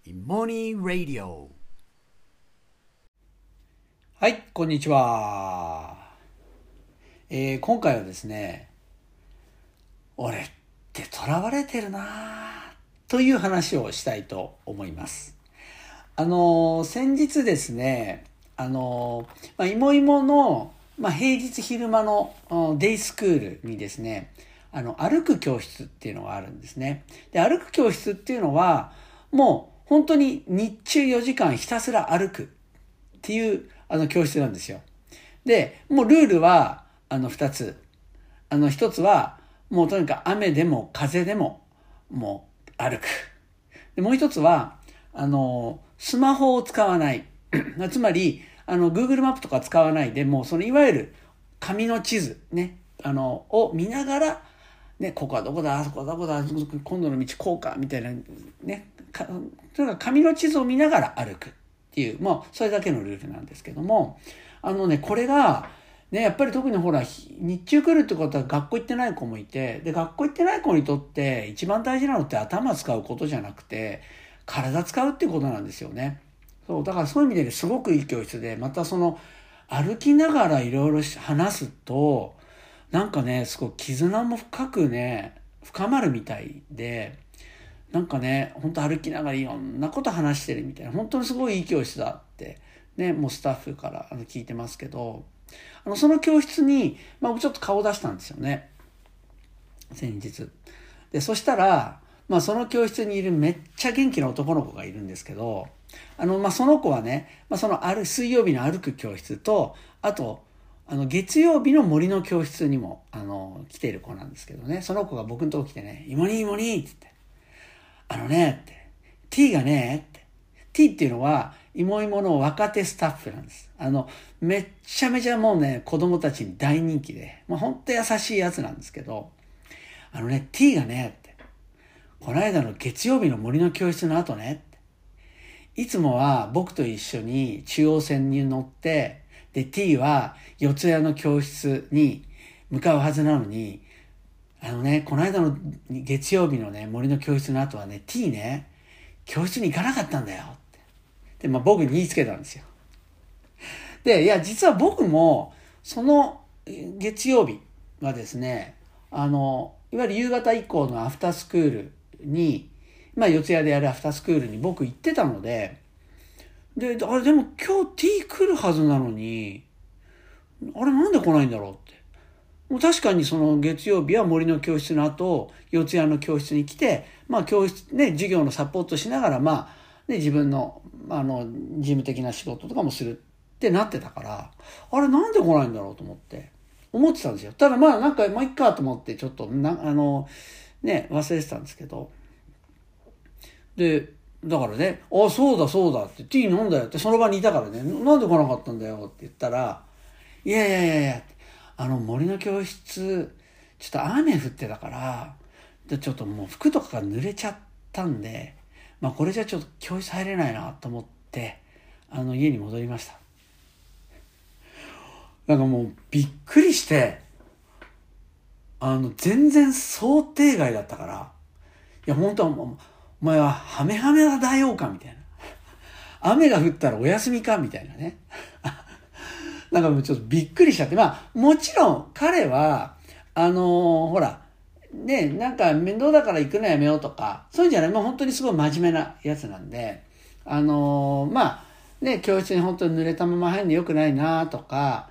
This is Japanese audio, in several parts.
モニーラディオ。 はい、こんにちは。今回はですね、俺って囚われてるなという話をしたいと思います。先日ですね、いもいもの、平日昼間のデイスクールにですね、歩く教室っていうのがあるんですね。で、歩く教室っていうのは、もう本当に日中4時間ひたすら歩くっていう教室なんですよ。で、もうルールは2つ。1つはもうとにかく雨でも風でももう歩く。で、もう1つはスマホを使わない。つまりGoogle マップとか使わないで、もうそのいわゆる紙の地図ね、を見ながらね、ここはどこだ、あそこはどこだ、今度の道こうかみたいなね、とにかく紙の地図を見ながら歩くっていう、それだけのルールなんですけども、これがね、やっぱり特にほら日中来るってことは学校行ってない子もいて、で学校行ってない子にとって一番大事なのって頭使うことじゃなくて体使うっていうことなんですよね。そうだからそういう意味ですごくいい教室で、またその歩きながらいろいろ話すとなんかね、すごい絆も深くね深まるみたいで、なんかね、本当歩きながらいろんなこと話してるみたいな、本当にすごいいい教室だってね、もうスタッフから聞いてますけど、その教室に、僕ちょっと顔を出したんですよね、先日。で、そしたら、その教室にいるめっちゃ元気な男の子がいるんですけど、その子はね、その水曜日の歩く教室と、あと、月曜日の森の教室にも、来ている子なんですけどね、その子が僕のとこ来てね、イモニーイモニーって言って、って、T がね、って、T っていうのは、いもいもの若手スタッフなんです。めっちゃめちゃもうね、子供たちに大人気で、ほんと優しいやつなんですけど、T がね、って、この間の月曜日の森の教室の後ね、いつもは僕と一緒に中央線に乗って、で、T は四谷の教室に向かうはずなのに、この間の月曜日のね、森の教室の後はね、T ね、教室に行かなかったんだよって。で、僕に言いつけたんですよ。で、いや、実は僕も、その月曜日はですね、いわゆる夕方以降のアフタースクールに、四谷でやるアフタースクールに僕行ってたので、で、でも今日 T 来るはずなのに、なんで来ないんだろうって。もう確かにその月曜日は森の教室の後、四谷の教室に来て、教室ね、授業のサポートしながら、自分の、事務的な仕事とかもするってなってたから、なんで来ないんだろうと思ってたんですよ。ただなんか、いっかと思って、ちょっと、忘れてたんですけど。で、だからね、そうだそうだって、T 飲んだよって、その場にいたからね、なんで来なかったんだよって言ったら、いや、森の教室、ちょっと雨降ってたから、ちょっともう服とかが濡れちゃったんで、これじゃちょっと教室入れないなと思って、家に戻りました。なんかもうびっくりして、全然想定外だったから、いや、本当はお前はハメハメな大王かみたいな。雨が降ったらお休みかみたいなね。なんかもうちょっとびっくりしちゃって。もちろん彼は、ほら、ね、なんか面倒だから行くのやめようとか、そういうんじゃない、本当にすごい真面目なやつなんで、教室に本当に濡れたまま入るの良くないなとか、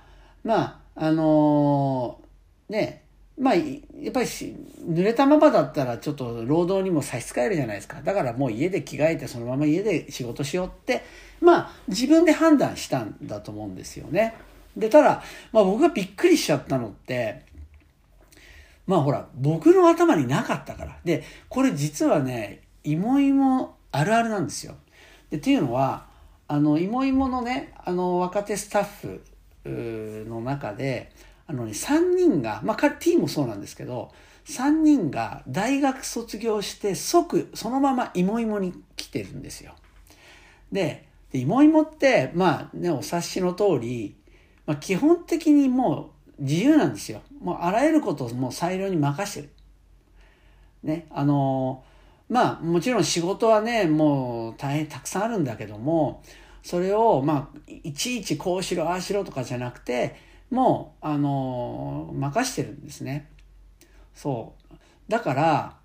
やっぱり濡れたままだったらちょっと労働にも差し支えるじゃないですか。だからもう家で着替えてそのまま家で仕事しようって、自分で判断したんだと思うんですよね。で、ただ、僕がびっくりしちゃったのって、ほら、僕の頭になかったから。で、これ実はね、いもいもあるあるなんですよ。で、っていうのは、いもいものね、若手スタッフの中で、3人が、T もそうなんですけど、3人が大学卒業して即そのままいもいもに来てるんですよ。で、いもいもって、お察しの通り、基本的にもう自由なんですよ。もうあらゆることをもう裁量に任してる。ね、 まあもちろん仕事はね、もう大変たくさんあるんだけども、それをまあいちいちこうしろああしろとかじゃなくて、もう任してるんですね。そうだから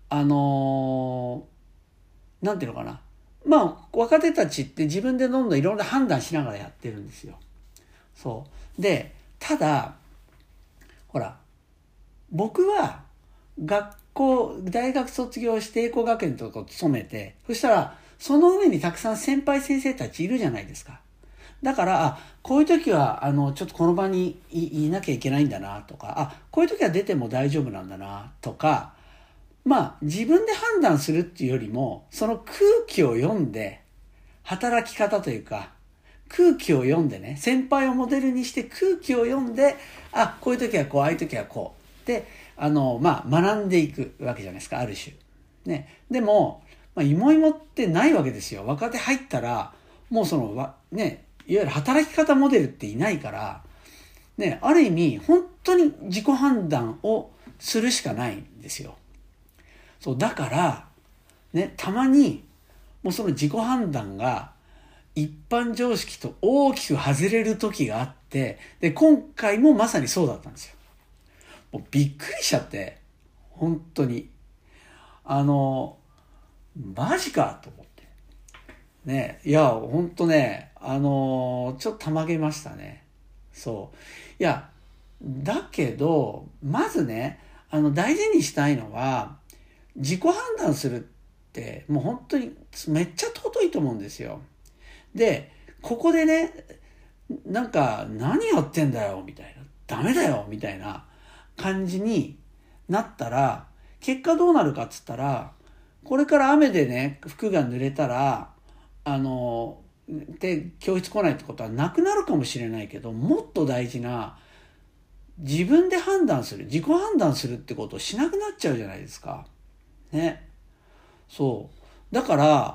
なんていうのかな、まあ若手たちって自分でどんどんいろんな判断しながらやってるんですよ。そうで、ただほら、僕は大学卒業して英語学園とか勤めて、そしたらその上にたくさん先輩先生たちいるじゃないですか。だからこういう時はちょっとこの場にいなきゃいけないんだなとか、こういう時は出ても大丈夫なんだなとか、まあ自分で判断するっていうよりも、その空気を読んで、働き方というか空気を読んでね、先輩をモデルにして空気を読んで、こういう時はこう、ああいう時はこうでまあ学んでいくわけじゃないですか、ある種ね。でも、芋芋ってないわけですよ。若手入ったらもうね、いわゆる働き方モデルっていないからね、ある意味本当に自己判断をするしかないんですよ。そうだからね、たまにもうその自己判断が一般常識と大きく外れる時があって、で今回もまさにそうだったんですよ。もうびっくりしちゃって、本当にマジかと思ってね。いや本当ね、ちょっとたまげましたね。そういや、だけどまずね、大事にしたいのは、自己判断するってもう本当にめっちゃ尊いと思うんですよ。でここでね、なんか何やってんだよみたいな、ダメだよみたいな感じになったら、結果どうなるかっつったら、これから雨でね服が濡れたらで教室来ないってことはなくなるかもしれないけど、もっと大事な自分で判断する、自己判断するってことをしなくなっちゃうじゃないですかね。そうだから、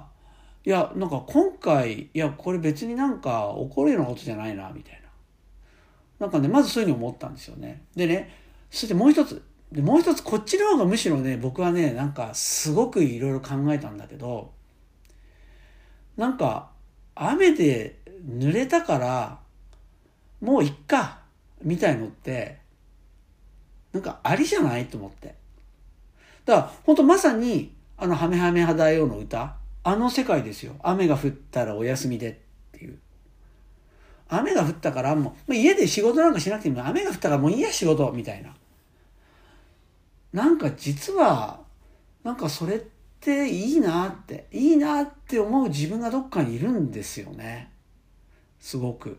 いやなんか今回、いやこれ別になんか起こるようなことじゃないなみたいな、なんかね、まずそういうふうに思ったんですよね。でね、そしてもう一つこっちの方がむしろね、僕はねなんかすごくいろいろ考えたんだけど、なんか雨で濡れたからもういっかみたいのってなんかありじゃないと思って。だから本当まさにハメハメハ大王の歌、世界ですよ。雨が降ったらお休みでっていう。雨が降ったからもう家で仕事なんかしなくても、雨が降ったからもういいや仕事みたいな。なんか実はなんかそれっていいなって思う自分がどっかにいるんですよね。すごく。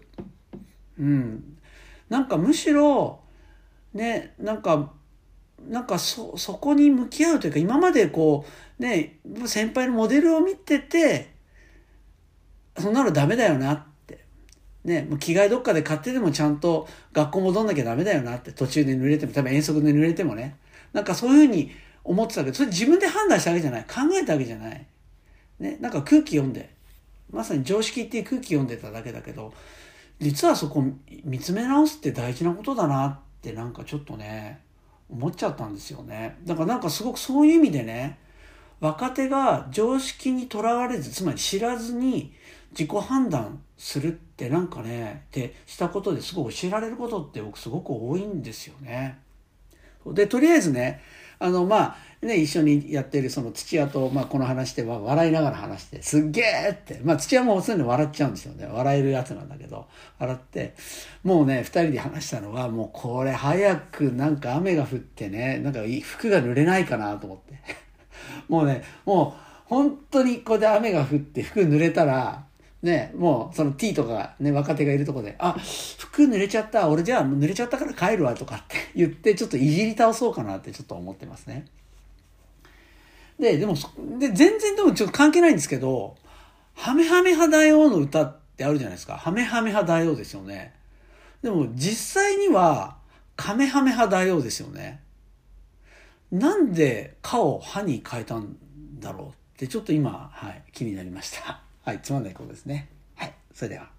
なんかむしろね、なんかそこに向き合うというか、今までこうね、先輩のモデルを見てて、そんなのダメだよなってね、もう着替えどっかで買ってでもちゃんと学校戻んなきゃダメだよなって、途中で濡れても、多分遠足で濡れてもね、なんかそういうふうに思ってたけど、それ自分で判断したわけじゃない、考えたわけじゃないね。なんか空気読んで、まさに常識っていう空気読んでただけだけど、実はそこ見つめ直すって大事なことだなって、なんかちょっとね思っちゃったんですよね。だからなんかすごくそういう意味でね、若手が常識にとらわれず、つまり知らずに自己判断するってなんかねってしたことですごい教えられることって僕すごく多いんですよね。でとりあえずね、一緒にやってるその土屋と、この話では笑いながら話して、すっげーって、土屋もそういうの笑っちゃうんですよね。笑えるやつなんだけど、笑って、もうね、二人で話したのは、もうこれ早くなんか雨が降ってね、なんか服が濡れないかなと思って。もう本当にこれで雨が降って服濡れたら、ね、もうその T とかね、若手がいるとこで、服濡れちゃった、俺じゃあ濡れちゃったから帰るわとかって言って、ちょっといじり倒そうかなってちょっと思ってますね。で全然でもちょっと関係ないんですけど、ハメハメハ大王の歌ってあるじゃないですか。ハメハメハ大王ですよね。でも実際にはカメハメハ大王ですよね。なんでカをハに変えたんだろうってちょっと今、気になりました。はい、つまんないことですね。はい、それでは。